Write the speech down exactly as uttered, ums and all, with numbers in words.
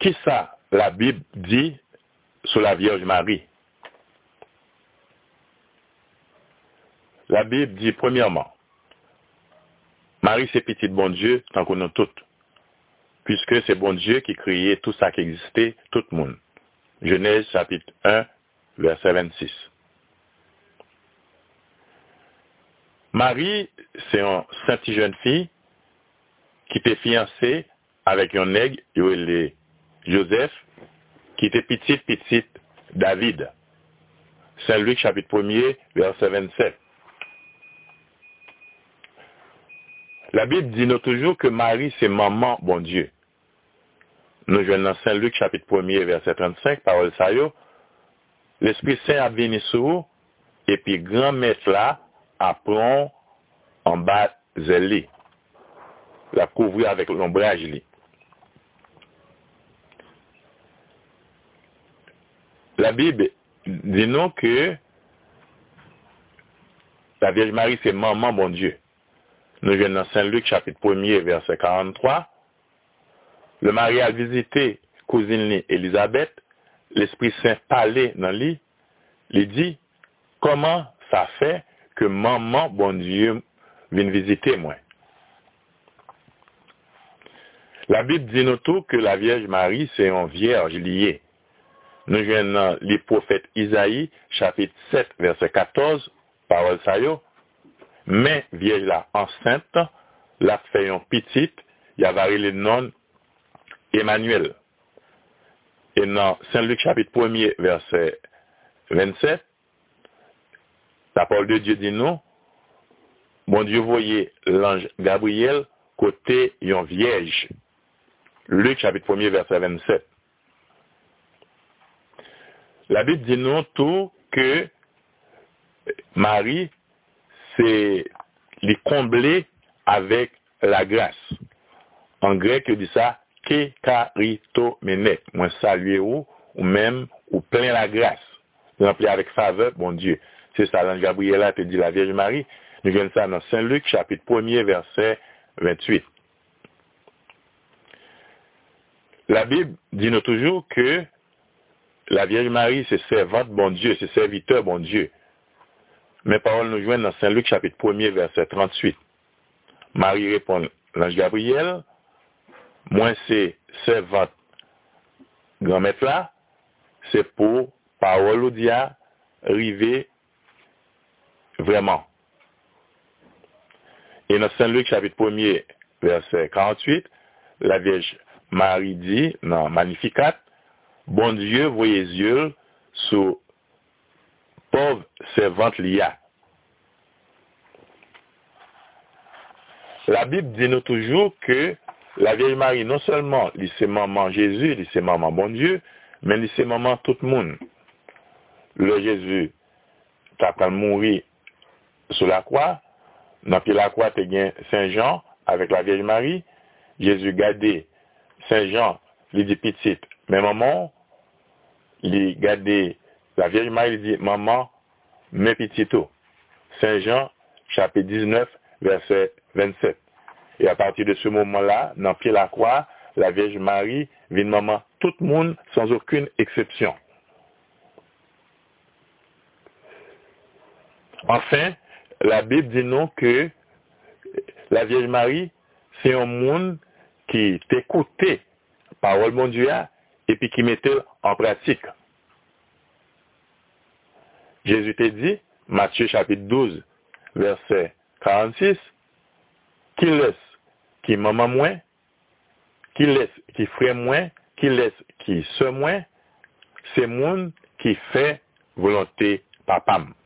Qui ça la Bible dit sur la Vierge Marie? La Bible dit premièrement, Marie c'est petit bon Dieu, tant qu'on a toutes. Puisque c'est bon Dieu qui créait tout ça qui existait, tout le monde. Genèse chapitre un, verset vingt-six. Marie, c'est une sainte jeune fille qui était fiancée avec un nègre, il Joseph, qui était petite, petite David. Saint Luc chapitre premier, verset vingt-sept. La Bible dit nous toujours que Marie, c'est maman, bon Dieu. Nous jouons dans Saint Luc, chapitre premier, verset trente-cinq, parole ça yo. L'Esprit Saint a béni sur vous, et puis grand maître là, apprend en bas zélé. La couvrir avec l'ombrage li. La Bible dit nous que la Vierge Marie, c'est maman, bon Dieu. Nous venons dans Saint Luc, chapitre premier, verset quarante-trois. Le mari a visité cousine Élisabeth. L'Esprit Saint parlait dans lui. Il dit, comment ça fait que maman, bon Dieu, vient visiter moi? La Bible dit nous tout que la Vierge Marie, c'est une vierge liée. Nous venons dans les prophètes Isaïe, chapitre sept, verset quatorze, parole ça yo. Mais vierge là enceinte, la fait une petite, il y a varié le nom Emmanuel. Et dans Saint Luc chapitre premier, verset vingt-sept, la parole de Dieu dit nous, bon Dieu voyait l'ange Gabriel côté une vierge. Luc chapitre premier, verset vingt-sept. La Bible dit nous tout que Marie, c'est les combler avec la grâce. En grec, il dit ça, ke karito menek. Moi, saluer ou, ou même, ou plein la grâce. Rempli avec faveur, bon Dieu. C'est ça, l'ange Gabriel a te dit la Vierge Marie. Nous venons ça dans Saint Luc, chapitre premier, verset vingt-huit. La Bible dit nous toujours que la Vierge Marie, c'est servante, bon Dieu, c'est serviteur, bon Dieu. Mes paroles nous joignent dans Saint Luc, chapitre premier, verset trente-huit. Marie répond, l'ange Gabriel, moi c'est servante grand-maître là, c'est pour parole au dia, river vraiment. Et dans Saint Luc, chapitre premier, verset quarante-huit, la Vierge Marie dit, dans Magnificat, bon Dieu, voyez yeux sur pauvre servante lia. La Bible dit nous toujours que la Vierge Marie, non seulement, c'est maman Jésus, c'est maman bon Dieu, mais c'est maman tout le monde. Le Jésus, t'as quand mourir sur la croix, dans la croix, tu as Saint Jean avec la Vierge Marie. Jésus gardé Saint Jean, il dit petite, mais maman, il gardé la Vierge Marie, il dit maman, mes petitos. Saint Jean, chapitre dix-neuf, verset vingt-sept. Et à partir de ce moment-là, dans pied la croix, la Vierge Marie vient maman tout le monde sans aucune exception. Enfin, la Bible dit non que la Vierge Marie, c'est un monde qui t'écoutait parole mon Dieu et puis qui mettait en pratique. Jésus t'a dit, Matthieu chapitre douze, verset quarante-six, qui laisse qui maman moins, qui laisse qui frère moins, qui laisse qui se moins, c'est monde qui fait volonté papam.